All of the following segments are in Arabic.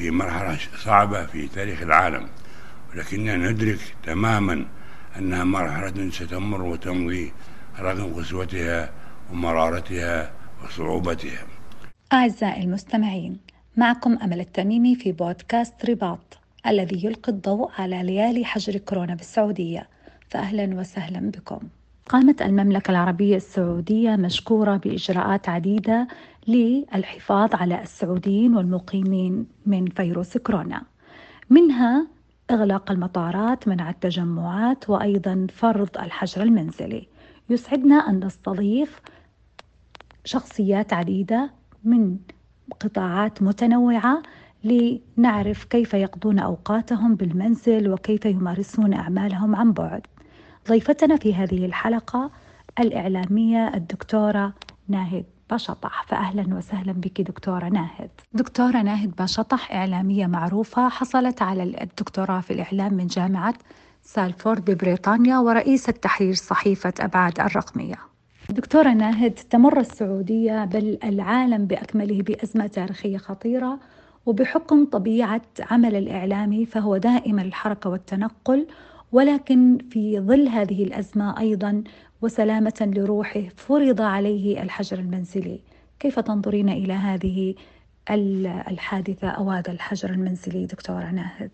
في مرحلة صعبة في تاريخ العالم، ولكننا ندرك تماما أنها مرحلة ستمر وتمضي رغم قسوتها ومرارتها وصعوبتها. أعزائي المستمعين، معكم أمل التميمي في بودكاست رباط الذي يلقي الضوء على ليالي حجر كورونا بالسعودية، فأهلا وسهلا بكم. قامت المملكة العربية السعودية مشكورة بإجراءات عديدة للحفاظ على السعوديين والمقيمين من فيروس كورونا، منها إغلاق المطارات، منع التجمعات، وأيضا فرض الحجر المنزلي. يسعدنا أن نستضيف شخصيات عديدة من قطاعات متنوعة لنعرف كيف يقضون أوقاتهم بالمنزل وكيف يمارسون أعمالهم عن بعد. ضيفتنا في هذه الحلقة الإعلامية الدكتورة ناهد باشطح، فأهلا وسهلا بك دكتورة ناهد. دكتورة ناهد باشطح إعلامية معروفة، حصلت على الدكتوراه في الإعلام من جامعة سالفورد ببريطانيا، ورئيسة تحرير صحيفة أبعاد الرقمية. دكتورة ناهد، تمر السعودية بل العالم بأكمله بأزمة تاريخية خطيرة، وبحكم طبيعة عمل الإعلامي فهو دائما الحركة والتنقل، ولكن في ظل هذه الأزمة أيضا وسلامة لروحه فرض عليه الحجر المنزلي. كيف تنظرين إلى هذه الحادثة أو هذا الحجر المنزلي دكتورة ناهد؟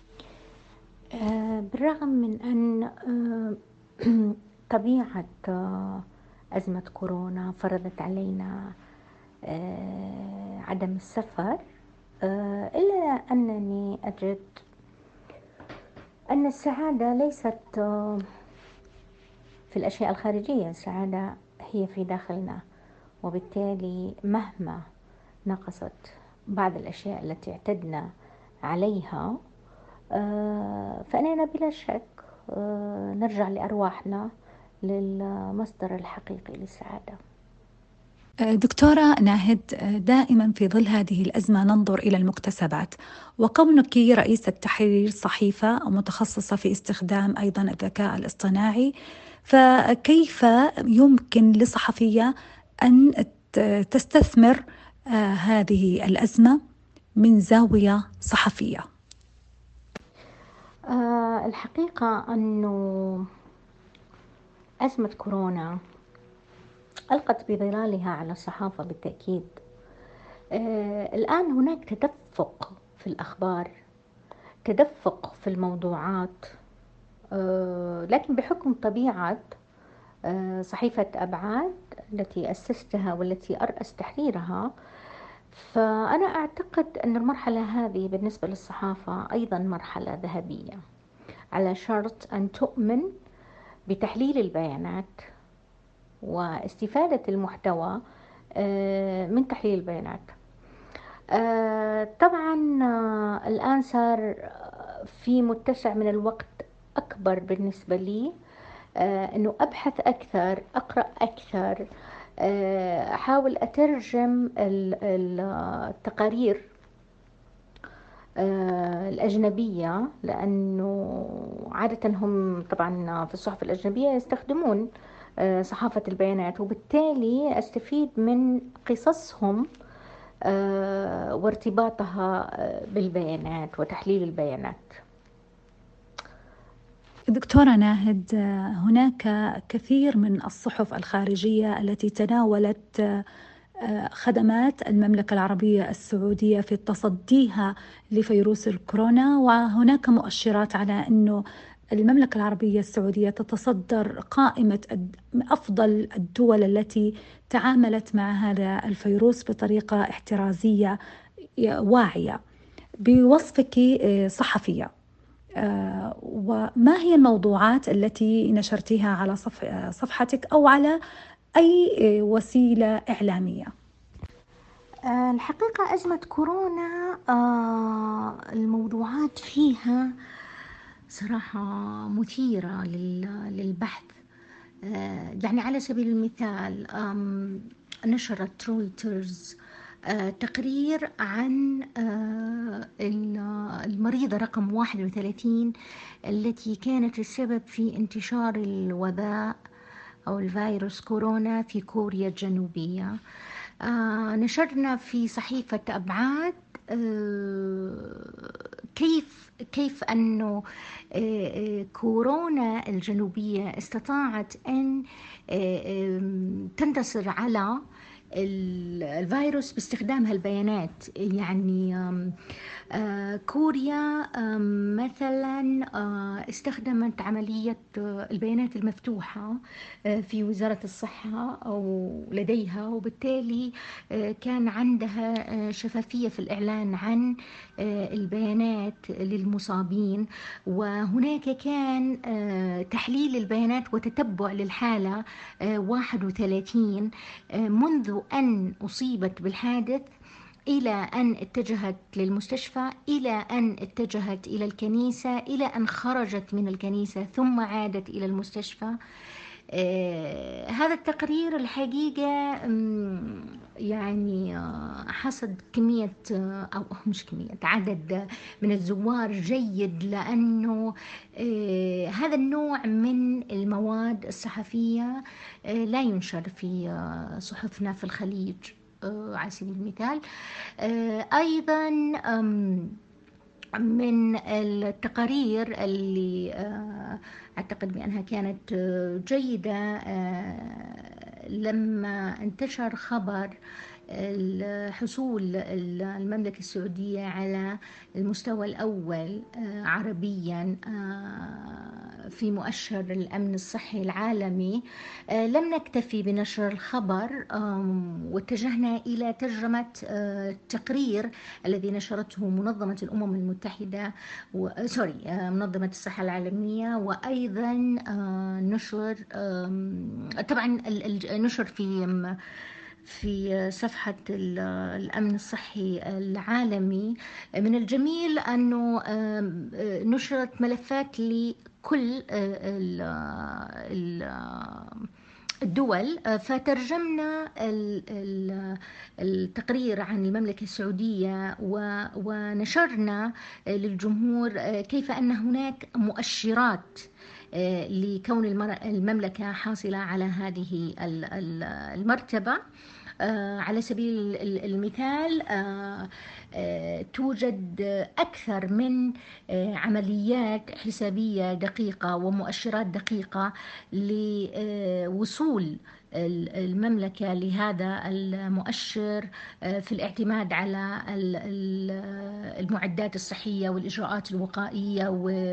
بالرغم من أن طبيعة أزمة كورونا فرضت علينا عدم السفر، إلا أنني أجد أن السعادة ليست في الأشياء الخارجية، السعادة هي في داخلنا، وبالتالي مهما نقصت بعض الأشياء التي اعتدنا عليها فإننا بلا شك نرجع لأرواحنا للمصدر الحقيقي للسعادة. دكتورة ناهد، دائما في ظل هذه الأزمة ننظر إلى المكتسبات، وكونك رئيسة تحرير صحيفة متخصصة في استخدام أيضا الذكاء الاصطناعي، فكيف يمكن لصحفية أن تستثمر هذه الأزمة من زاوية صحفية؟ الحقيقة أنه أزمة كورونا ألقت بظلالها على الصحافة بالتأكيد. الآن هناك تدفق في الأخبار، تدفق في الموضوعات، لكن بحكم طبيعة صحيفة أبعاد التي أسستها والتي أرأس تحريرها، فأنا أعتقد أن المرحلة هذه بالنسبة للصحافة أيضا مرحلة ذهبية، على شرط أن تؤمن بتحليل البيانات واستفادة المحتوى من تحليل البيانات. طبعا الآن صار في متسع من الوقت أكبر بالنسبة لي أنه أبحث أكثر، أقرأ أكثر، أحاول أترجم التقارير الأجنبية، لأنه عادة هم طبعا في الصحف الأجنبية يستخدمون صحافة البيانات، وبالتالي أستفيد من قصصهم وارتباطها بالبيانات وتحليل البيانات. دكتورة ناهد، هناك كثير من الصحف الخارجية التي تناولت خدمات المملكة العربية السعودية في تصديها لفيروس الكورونا، وهناك مؤشرات على أنه المملكة العربية السعودية تتصدر قائمة أفضل الدول التي تعاملت مع هذا الفيروس بطريقة احترازية واعية. بوصفك صحفية، وما هي الموضوعات التي نشرتها على صفحتك أو على أي وسيلة إعلامية؟ الحقيقة أزمة كورونا الموضوعات فيها صراحة مثيرة للبحث. يعني على سبيل المثال نشرت رويترز تقرير عن المريضة رقم 31 التي كانت السبب في انتشار الوباء أو الفيروس كورونا في كوريا الجنوبية. نشرنا في صحيفة أبعاد كيف أنه كورونا الجنوبية استطاعت أن تنتصر على الفيروس باستخدام هالبيانات. يعني كوريا مثلا استخدمت عملية البيانات المفتوحة في وزارة الصحة أو لديها، وبالتالي كان عندها شفافية في الإعلان عن البيانات للمصابين، وهناك كان تحليل البيانات وتتبع للحالة 31 منذ أن أصيبت بالحادث إلى أن اتجهت للمستشفى، إلى أن اتجهت إلى الكنيسة، إلى أن خرجت من الكنيسة ثم عادت إلى المستشفى. هذا التقرير الحقيقة يعني حصد كمية أو مش كمية، عدد من الزوار جيد، لأنه هذا النوع من المواد الصحفية لا ينشر في صحفنا في الخليج على سبيل المثال. أيضا من التقارير اللي أعتقد بأنها كانت جيدة لما انتشر خبر حصول المملكة السعودية على المستوى الأول عربيا في مؤشر الأمن الصحي العالمي، لم نكتفي بنشر الخبر واتجهنا إلى ترجمة التقرير الذي نشرته منظمة الأمم المتحدة منظمة الصحة العالمية، وأيضا نشر طبعا نشر في صفحة الأمن الصحي العالمي. من الجميل أنه نشرت ملفات لكل الدول، فترجمنا التقرير عن المملكة السعودية ونشرنا للجمهور كيف أن هناك مؤشرات لكون المملكة حاصلة على هذه المرتبة. على سبيل المثال توجد أكثر من عمليات حسابية دقيقة ومؤشرات دقيقة لوصول المملكة لهذا المؤشر في الاعتماد على المعدات الصحية والإجراءات الوقائية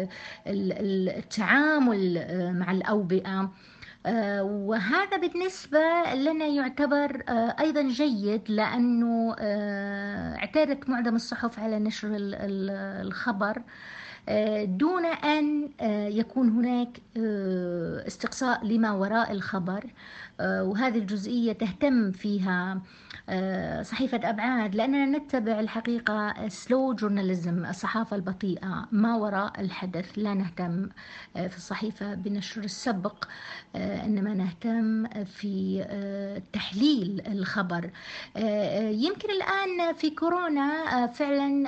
والتعامل مع الأوبئة. وهذا بالنسبة لنا يعتبر أيضا جيد، لأنه اعتادت معظم الصحف على نشر الخبر دون أن يكون هناك استقصاء لما وراء الخبر، وهذه الجزئية تهتم فيها صحيفة أبعاد، لأننا نتبع الحقيقة سلو جورناليزم، الصحافة البطيئة ما وراء الحدث. لا نهتم في الصحيفة بنشر السبق، إنما نهتم في تحليل الخبر. يمكن الآن في كورونا فعلا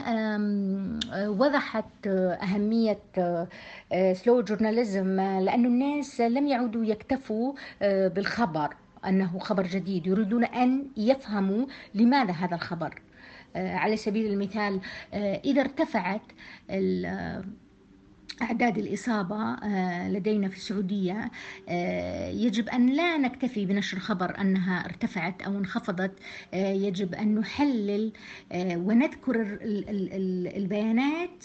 وضحت أهمية سلو جورناليزم، لأن الناس لم يعودوا يكتفوا بالخبر أنه خبر جديد، يريدون أن يفهموا لماذا هذا الخبر. على سبيل المثال إذا ارتفعت أعداد الإصابة لدينا في السعودية، يجب أن لا نكتفي بنشر خبر أنها ارتفعت أو انخفضت، يجب أن نحلل ونذكر البيانات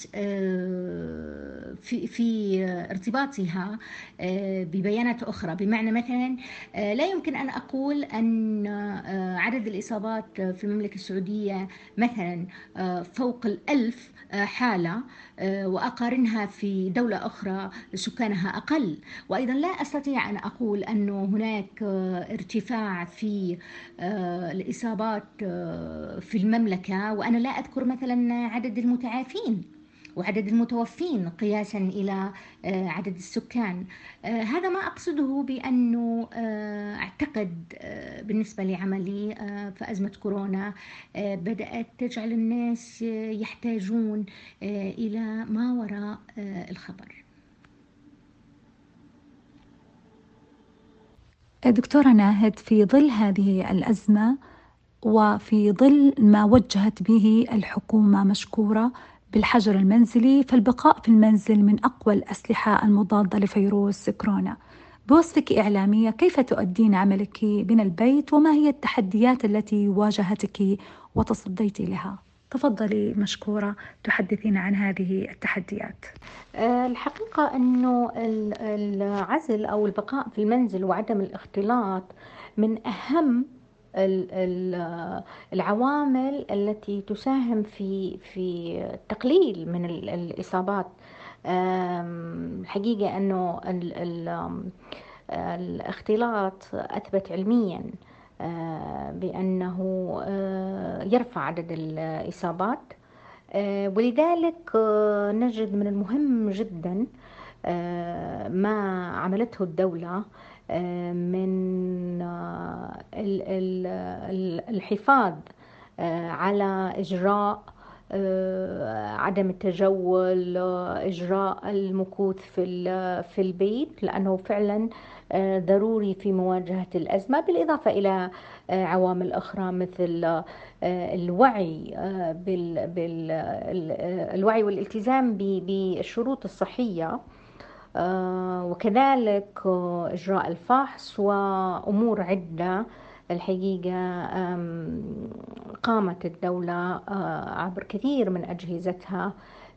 في ارتباطها ببيانات أخرى. بمعنى مثلا لا يمكن أن أقول أن عدد الإصابات في المملكة السعودية مثلا فوق 1000 حالة وأقارنها في دولة أخرى سكانها أقل، وأيضا لا أستطيع أن أقول أنه هناك ارتفاع في الإصابات في المملكة وأنا لا أذكر مثلا عدد المتعافين وعدد المتوفين قياسا إلى عدد السكان. هذا ما أقصده بأنه أعتقد بالنسبة لعملي فأزمة كورونا بدأت تجعل الناس يحتاجون إلى ما وراء الخبر. دكتورة ناهد، في ظل هذه الأزمة وفي ظل ما وجهت به الحكومة مشكورة بالحجر المنزلي، فالبقاء في المنزل من أقوى الأسلحة المضادة لفيروس كورونا. بوصفك إعلامية، كيف تؤدين عملك من البيت وما هي التحديات التي واجهتك وتصديت لها؟ تفضلي مشكورة تحدثين عن هذه التحديات. الحقيقة أنه العزل أو البقاء في المنزل وعدم الاختلاط من أهم العوامل التي تساهم في التقليل من الإصابات. الحقيقة أنه الاختلاط أثبت علميا بأنه يرفع عدد الإصابات، ولذلك نجد من المهم جدا ما عملته الدولة من الحفاظ على إجراء عدم التجول، إجراء المكوث في البيت، لأنه فعلا ضروري في مواجهة الأزمة، بالإضافة إلى عوامل أخرى مثل الوعي الوعي والالتزام بالشروط الصحية، وكذلك إجراء الفحص وأمور عدة. الحقيقة قامت الدولة عبر كثير من أجهزتها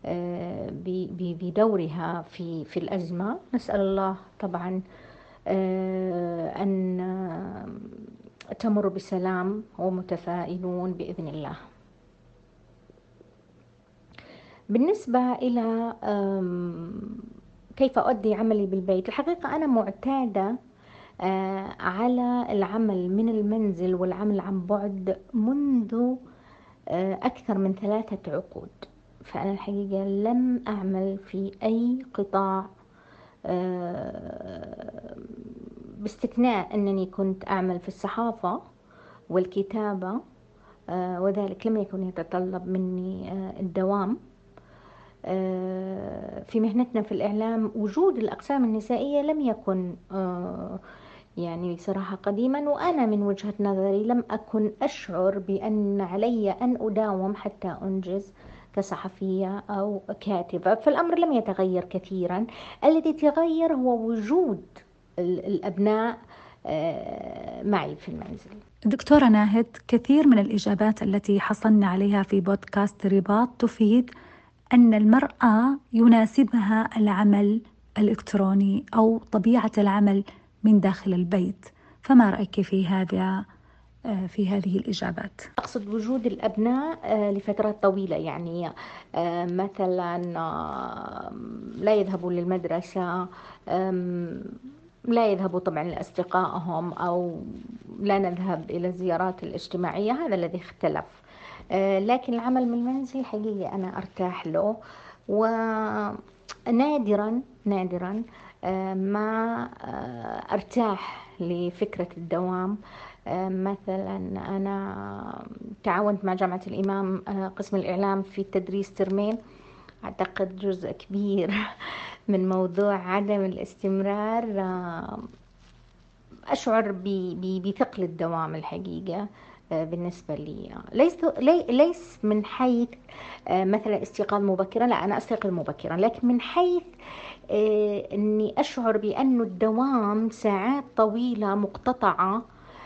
بدورها في الأزمة. نسأل الله طبعا أن تمر بسلام ومتفائلون بإذن الله. بالنسبة إلى كيف أؤدي عملي بالبيت، الحقيقة أنا معتادة على العمل من المنزل والعمل عن بعد منذ أكثر من 3 عقود. فأنا الحقيقة لم أعمل في أي قطاع باستثناء أنني كنت أعمل في الصحافة والكتابة، وذلك لم يكن يتطلب مني الدوام. في مهنتنا في الإعلام وجود الأقسام النسائية لم يكن يعني صراحة قديما، وأنا من وجهة نظري لم أكن أشعر بأن علي أن أداوم حتى أنجز كصحفية أو كاتبة، فالأمر لم يتغير كثيرا. الذي تغير هو وجود الأبناء معي في المنزل. دكتورة ناهد، كثير من الإجابات التي حصلنا عليها في بودكاست رباط تفيد أن المرأة يناسبها العمل الإلكتروني أو طبيعة العمل من داخل البيت، فما رأيك في هذه الإجابات؟ أقصد وجود الأبناء لفترات طويلة، يعني مثلا لا يذهبوا للمدرسة، لا يذهبوا طبعا لأصدقائهم، أو لا نذهب إلى الزيارات الاجتماعية. هذا الذي اختلف. لكن العمل من المنزل حقيقة أنا أرتاح له، ونادرا ما أرتاح لفكرة الدوام. مثلا أنا تعاونت مع جامعة الإمام قسم الإعلام في تدريس ترمين. أعتقد جزء كبير من موضوع عدم الاستمرار أشعر بثقل الدوام الحقيقة بالنسبة لي. ليس من حيث مثلا استيقاظ مبكرا، لا أنا أستيقظ مبكرا، لكن من حيث أني أشعر بأن الدوام ساعات طويلة مقتطعة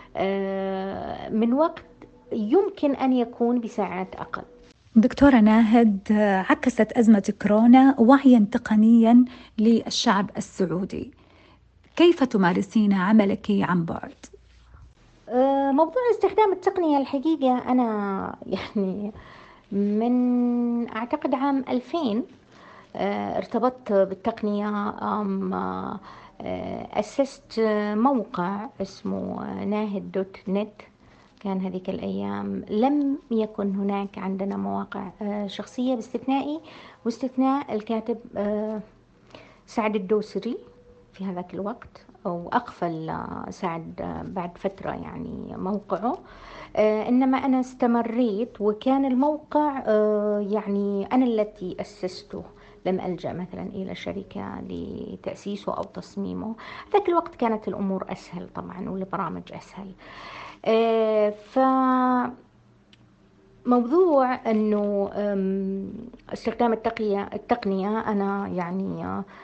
من وقت يمكن أن يكون بساعات أقل. دكتورة ناهد، عكست أزمة كورونا وعيا تقنيا للشعب السعودي، كيف تمارسين عملك عن بعد؟ موضوع استخدام التقنية الحقيقة أنا يعني من أعتقد عام 2000 ارتبطت بالتقنية. أسست موقع اسمه nahid.net. كان هذيك الأيام لم يكن هناك عندنا مواقع شخصية واستثناء الكاتب سعد الدوسري في هذاك الوقت، أو أقفل سعد بعد فترة يعني موقعه. إنما أنا استمريت، وكان الموقع يعني أنا التي أسسته، لم ألجأ مثلا إلى شركة لتأسيسه أو تصميمه. ذاك الوقت كانت الأمور أسهل طبعا والبرامج أسهل. فأنا موضوع أنه استخدام التقنية أنا يعني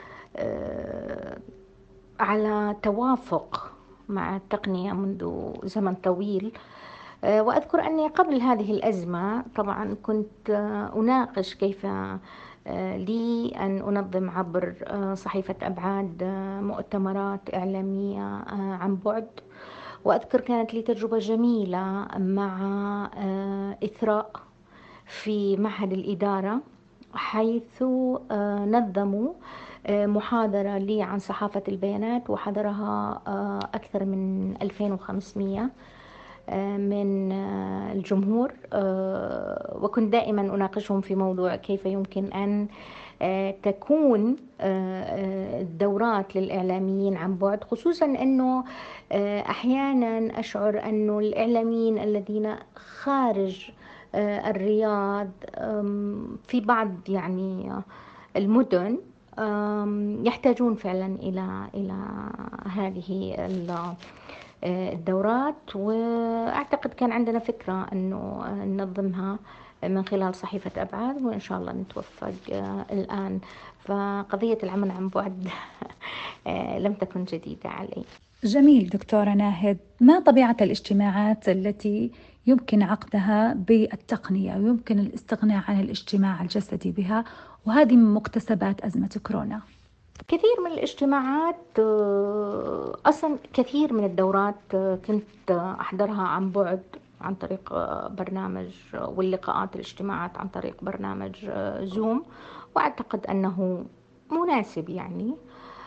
على توافق مع التقنية منذ زمن طويل. وأذكر أني قبل هذه الأزمة طبعا كنت أناقش كيف لي أن أنظم عبر صحيفة أبعاد مؤتمرات إعلامية عن بعد. وأذكر كانت لي تجربة جميلة مع إثراء في معهد الإدارة، حيث نظموا محاضرة لي عن صحافة البيانات، وحضرها أكثر من 2500 من الجمهور. وكنت دائما أناقشهم في موضوع كيف يمكن أن تكون الدورات للإعلاميين عن بعد، خصوصا أنه أحيانا أشعر أنه الإعلاميين الذين خارج الرياض في بعض يعني المدن يحتاجون فعلا إلى هذه الدورات. وأعتقد كان عندنا فكرة أنه ننظمها من خلال صحيفة أبعاد، وإن شاء الله نتوفق الآن. فقضية العمل عن بعد لم تكن جديدة علي. جميل دكتورة ناهد، ما طبيعة الاجتماعات التي يمكن عقدها بالتقنية ويمكن الاستغناء عن الاجتماع الجسدي بها، وهذه من مكتسبات أزمة كورونا؟ كثير من الاجتماعات، أصلا كثير من الدورات كنت أحضرها عن بعد عن طريق برنامج، واللقاءات الاجتماعات عن طريق برنامج زوم، وأعتقد أنه مناسب يعني.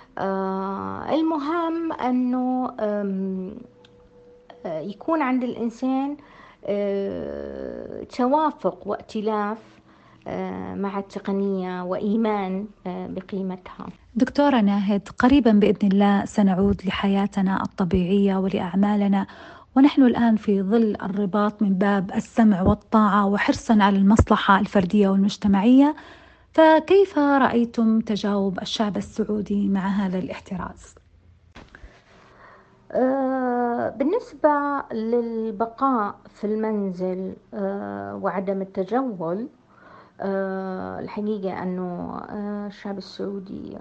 المهم أنه يكون عند الإنسان توافق وائتلاف مع التقنية وإيمان بقيمتها. دكتورة ناهد، قريبا بإذن الله سنعود لحياتنا الطبيعية ولأعمالنا، ونحن الآن في ظل الرباط من باب السمع والطاعة وحرصا على المصلحة الفردية والمجتمعية، فكيف رأيتم تجاوب الشعب السعودي مع هذا الاحتراز؟ بالنسبة للبقاء في المنزل وعدم التجول، الحقيقة أنه الشعب السعودي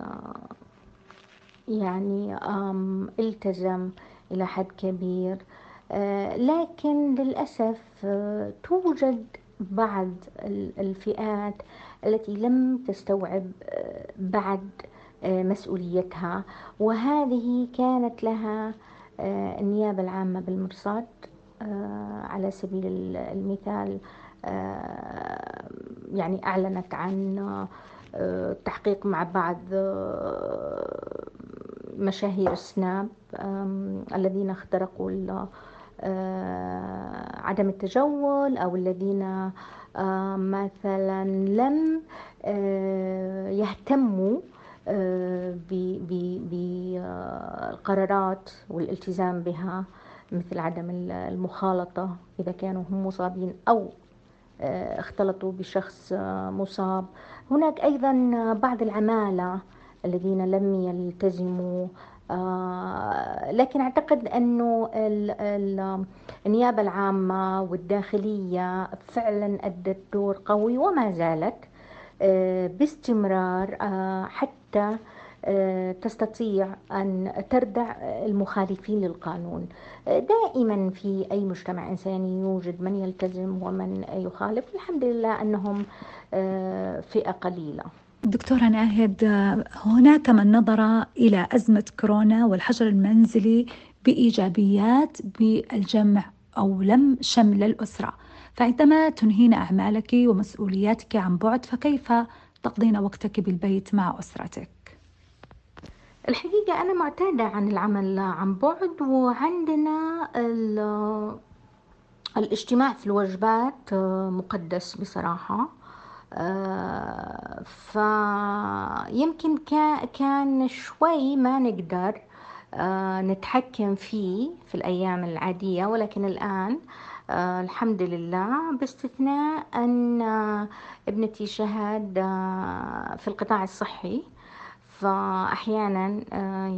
يعني التزم إلى حد كبير، لكن للأسف توجد بعض الفئات التي لم تستوعب بعد مسؤوليتها، وهذه كانت لها النيابة العامة بالمرصاد. على سبيل المثال يعني أعلنت عن تحقيق مع بعض مشاهير السناب الذين اخترقوا عدم التجول، أو الذين مثلا لم يهتموا بالقرارات والالتزام بها، مثل عدم المخالطة إذا كانوا هم مصابين أو اختلطوا بشخص مصاب. هناك أيضا بعض العمالة الذين لم يلتزموا، لكن أعتقد أنه النيابة العامة والداخلية فعلا أدت دور قوي وما زالت باستمرار حتى تستطيع أن تردع المخالفين للقانون. دائما في أي مجتمع إنساني يوجد من يلتزم ومن يخالف، الحمد لله أنهم فئة قليلة. دكتورة ناهد، هناك من نظر إلى أزمة كورونا والحجر المنزلي بإيجابيات بالجمع أو لم شمل الأسرة، فعندما تنهين أعمالك ومسؤولياتك عن بعد، فكيف تقضين وقتك بالبيت مع أسرتك؟ الحقيقة أنا معتادة عن العمل عن بعد، وعندنا الاجتماع في الوجبات مقدس بصراحة. فيمكن كان شوي ما نقدر نتحكم فيه في الأيام العادية، ولكن الآن الحمد لله، باستثناء أن ابنتي شهد في القطاع الصحي، فأحيانا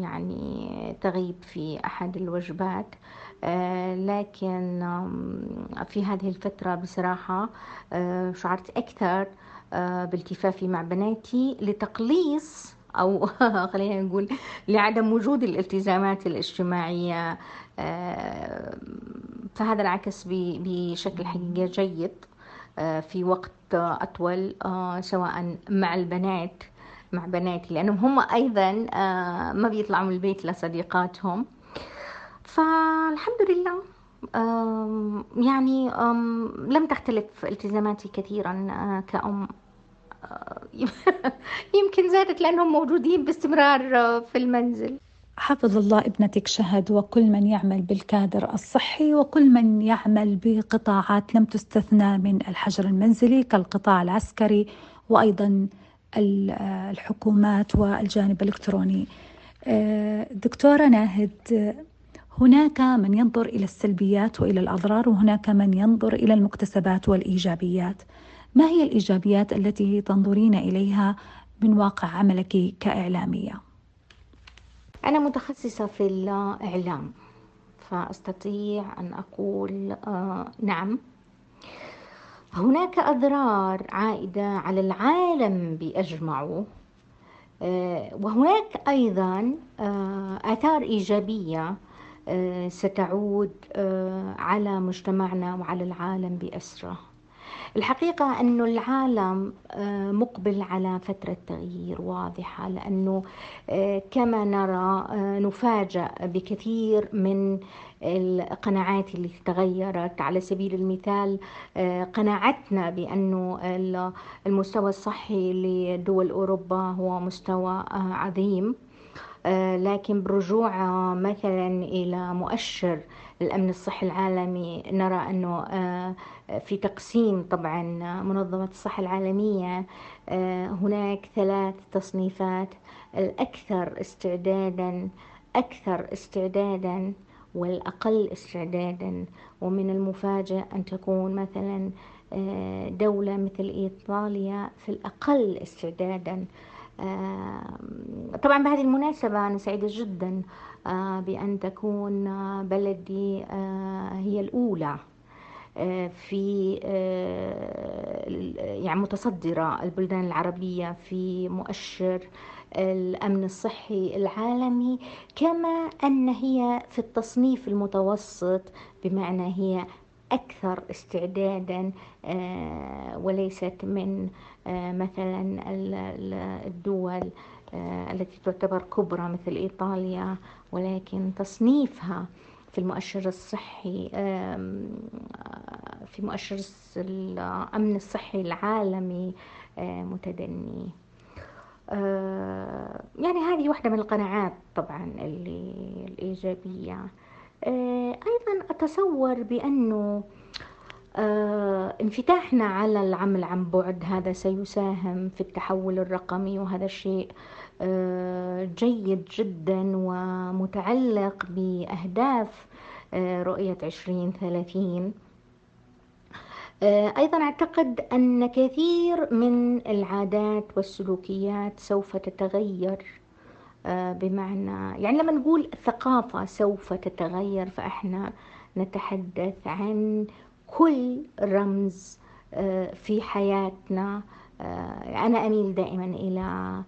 يعني تغيب في أحد الوجبات، لكن في هذه الفترة بصراحة شعرت أكثر بالتفافي مع بناتي لتقليص أو خلينا نقول لعدم وجود الالتزامات الاجتماعية. فهذا انعكس بشكل حقيقة جيد في وقت أطول، سواء مع البنات مع بناتي، لأنهم هم أيضا ما بيطلعوا من البيت لصديقاتهم. فالحمد لله يعني لم تختلف التزاماتي كثيرا كأم. يمكن زادت لأنهم موجودين باستمرار في المنزل. حفظ الله ابنتك شهد، وكل من يعمل بالكادر الصحي وكل من يعمل بقطاعات لم تستثنى من الحجر المنزلي كالقطاع العسكري وأيضا الحكومات والجانب الإلكتروني. دكتورة ناهد، هناك من ينظر إلى السلبيات وإلى الأضرار، وهناك من ينظر إلى المكتسبات والإيجابيات. ما هي الإيجابيات التي تنظرين إليها من واقع عملك كإعلامية؟ أنا متخصصة في الإعلام، فأستطيع أن أقول نعم، هناك أضرار عائدة على العالم بأجمعه، وهناك أيضا آثار إيجابية ستعود على مجتمعنا وعلى العالم بأسره. الحقيقة أنه العالم مقبل على فترة تغيير واضحة، لأنه كما نرى نفاجأ بكثير من القناعات اللي تغيرت. على سبيل المثال قناعتنا بأنه المستوى الصحي لدول أوروبا هو مستوى عظيم، لكن برجوع مثلا إلى مؤشر الأمن الصحي العالمي نرى أنه في تقسيم طبعا منظمة الصحة العالمية هناك 3 تصنيفات: الأكثر استعدادا والأقل استعدادا. ومن المفاجئ أن تكون مثلا دولة مثل إيطاليا في الأقل استعدادا. طبعا بهذه المناسبة أنا سعيدة جدا بأن تكون بلدي هي الأولى في يعني متصدرة البلدان العربية في مؤشر الأمن الصحي العالمي، كما أن هي في التصنيف المتوسط، بمعنى هي أكثر استعدادا وليست من مثلا الدول التي تعتبر كبرى مثل إيطاليا، ولكن تصنيفها في المؤشر الصحي في مؤشر الأمن الصحي العالمي متدني. يعني هذه واحدة من القناعات طبعا الإيجابية. أيضا أتصور بأنه انفتاحنا على العمل عن بعد هذا سيساهم في التحول الرقمي، وهذا شيء جيد جدا ومتعلق بأهداف رؤية 2030. أيضا أعتقد أن كثير من العادات والسلوكيات سوف تتغير، بمعنى يعني لما نقول الثقافة سوف تتغير فإحنا نتحدث عن كل رمز في حياتنا. أنا أميل دائما إلى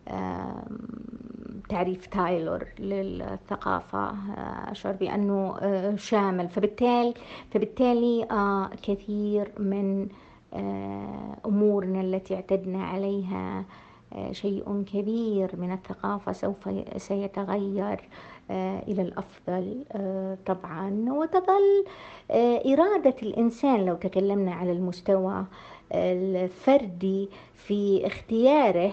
تعريف تايلور للثقافة، أشعر بأنه شامل، فبالتالي كثير من أمورنا التي اعتدنا عليها شيء كبير من الثقافة سوف سيتغير إلى الأفضل طبعا. وتظل إرادة الإنسان لو تكلمنا على المستوى الفردي في اختياره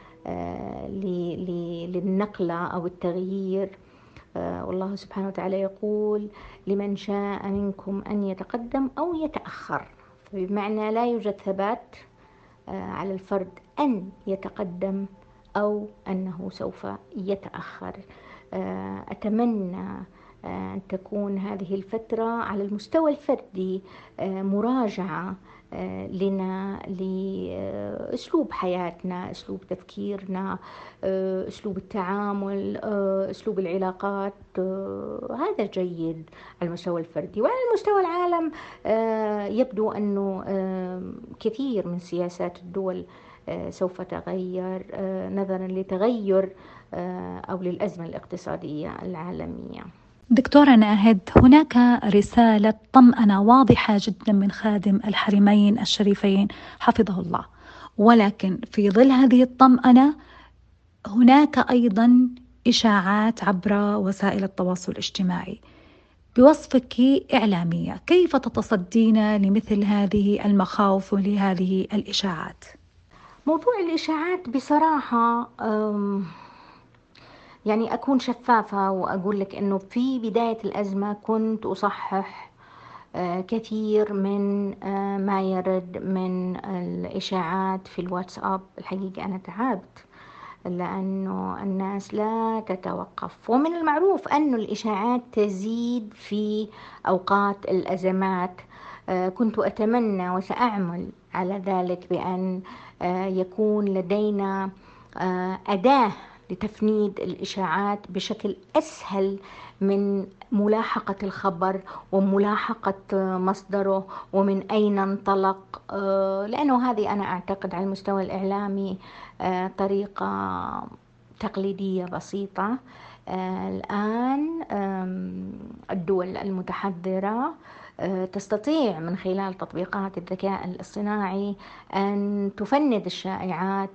للنقلة أو التغيير. والله سبحانه وتعالى يقول: لمن شاء منكم أن يتقدم أو يتأخر، بمعنى لا يوجد ثبات على الفرد أن يتقدم أو أنه سوف يتأخر. أتمنى أن تكون هذه الفترة على المستوى الفردي مراجعة لنا لأسلوب حياتنا، أسلوب تفكيرنا، أسلوب التعامل، أسلوب العلاقات. هذا جيد على المستوى الفردي. وعلى المستوى العالم يبدو أنه كثير من سياسات الدول سوف تغير نظرا لتغير أو للأزمة الاقتصادية العالمية. دكتورة ناهد، هناك رسالة طمأنة واضحة جدا من خادم الحرمين الشريفين حفظه الله، ولكن في ظل هذه الطمأنة هناك أيضا إشاعات عبر وسائل التواصل الاجتماعي. بوصفك إعلامية، كيف تتصدين لمثل هذه المخاوف ولهذه الإشاعات؟ موضوع الإشاعات بصراحة يعني أكون شفافة وأقول لك أنه في بداية الأزمة كنت أصحح كثير من ما يرد من الإشاعات في الواتساب. الحقيقة أنا تعبت لأنه الناس لا تتوقف، ومن المعروف أن الإشاعات تزيد في أوقات الأزمات. كنت أتمنى وسأعمل على ذلك بأن يكون لدينا أداة لتفنيد الإشاعات بشكل أسهل من ملاحقة الخبر وملاحقة مصدره ومن أين انطلق، لأنه هذه أنا أعتقد على المستوى الإعلامي طريقة تقليدية بسيطة. الآن الدول المتحضرة تستطيع من خلال تطبيقات الذكاء الاصطناعي أن تفند الشائعات.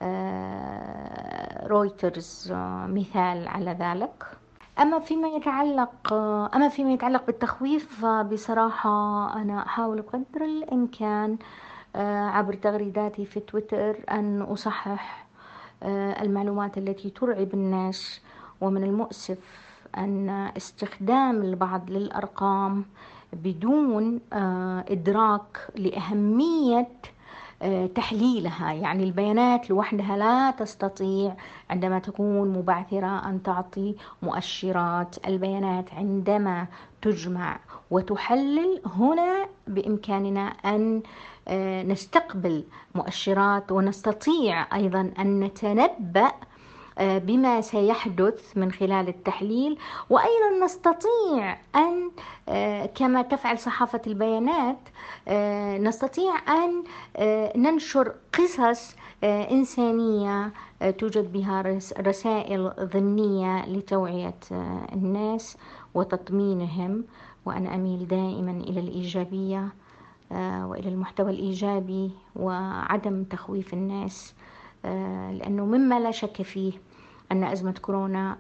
رويترز مثال على ذلك. أما فيما يتعلق بالتخويف، بصراحة أنا أحاول بقدر الإمكان عبر تغريداتي في تويتر أن أصحح المعلومات التي ترعب الناس. ومن المؤسف أن استخدام البعض للأرقام بدون إدراك لأهمية تحليلها، يعني البيانات لوحدها لا تستطيع عندما تكون مبعثرة أن تعطي مؤشرات. البيانات عندما تجمع وتحلل، هنا بإمكاننا أن نستقبل مؤشرات ونستطيع أيضا أن نتنبأ بما سيحدث من خلال التحليل. وأيضا نستطيع أن كما تفعل صحافة البيانات نستطيع أن ننشر قصص إنسانية توجد بها رسائل ضمنية لتوعية الناس وتطمينهم. وأنا أميل دائما إلى الإيجابية وإلى المحتوى الإيجابي وعدم تخويف الناس، لأنه مما لا شك فيه أن أزمة كورونا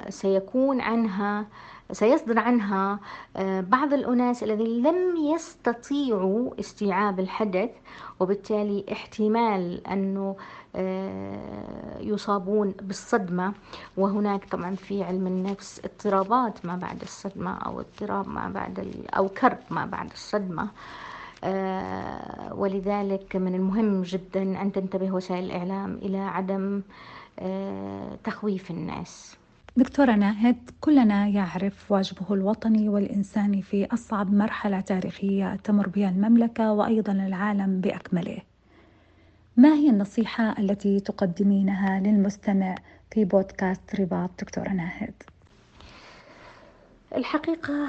سيصدر عنها بعض الأناس الذين لم يستطيعوا استيعاب الحدث، وبالتالي احتمال أنه يصابون بالصدمة. وهناك طبعا في علم النفس اضطرابات ما بعد الصدمة، أو اضطراب ما بعد أو كرب ما بعد الصدمة. ولذلك من المهم جدا أن تنتبه وسائل الإعلام إلى عدم تخويف الناس. دكتورة ناهد، كلنا يعرف واجبه الوطني والإنساني في أصعب مرحلة تاريخية تمر بها المملكة وأيضا العالم بأكمله. ما هي النصيحة التي تقدمينها للمستمع في بودكاست رباط دكتورة ناهد؟ الحقيقة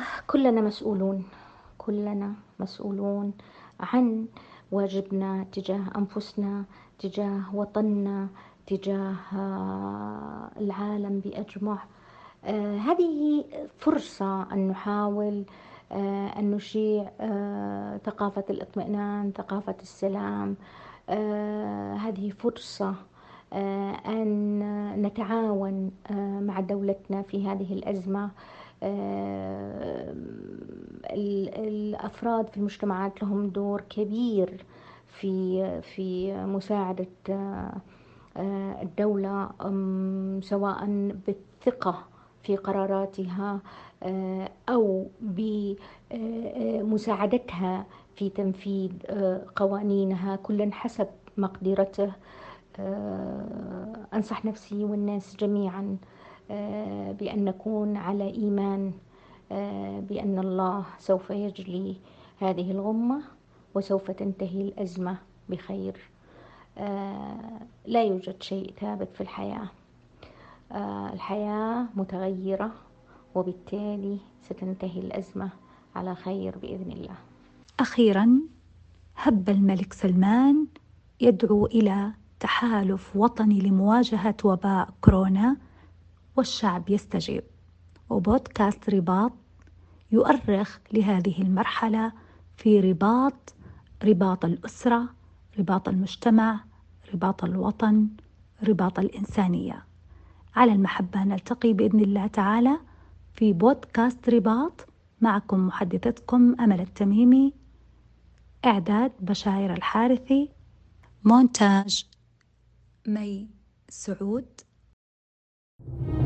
كلنا مسؤولون عن واجبنا تجاه أنفسنا، تجاه وطننا، تجاه العالم بأجمع. هذه فرصة أن نحاول أن نشيع ثقافة الإطمئنان، ثقافة السلام. هذه فرصة أن نتعاون مع دولتنا في هذه الأزمة. الأفراد في المجتمعات لهم دور كبير في مساعدة الدولة، سواء بالثقة في قراراتها أو بمساعدتها في تنفيذ قوانينها، كل حسب مقدرته. أنصح نفسي والناس جميعا بأن نكون على إيمان بأن الله سوف يجلي هذه الغمة وسوف تنتهي الأزمة بخير. لا يوجد شيء ثابت في الحياة، الحياة متغيرة، وبالتالي ستنتهي الأزمة على خير بإذن الله. أخيرا، هب الملك سلمان يدعو إلى تحالف وطني لمواجهة وباء كورونا، والشعب يستجيب. وبودكاست رباط يؤرخ لهذه المرحلة في رباط الأسرة، رباط المجتمع، رباط الوطن، رباط الإنسانية. على المحبة نلتقي بإذن الله تعالى في بودكاست رباط. معكم محدثتكم أمل التميمي، إعداد بشاير الحارثي، مونتاج مي سعود.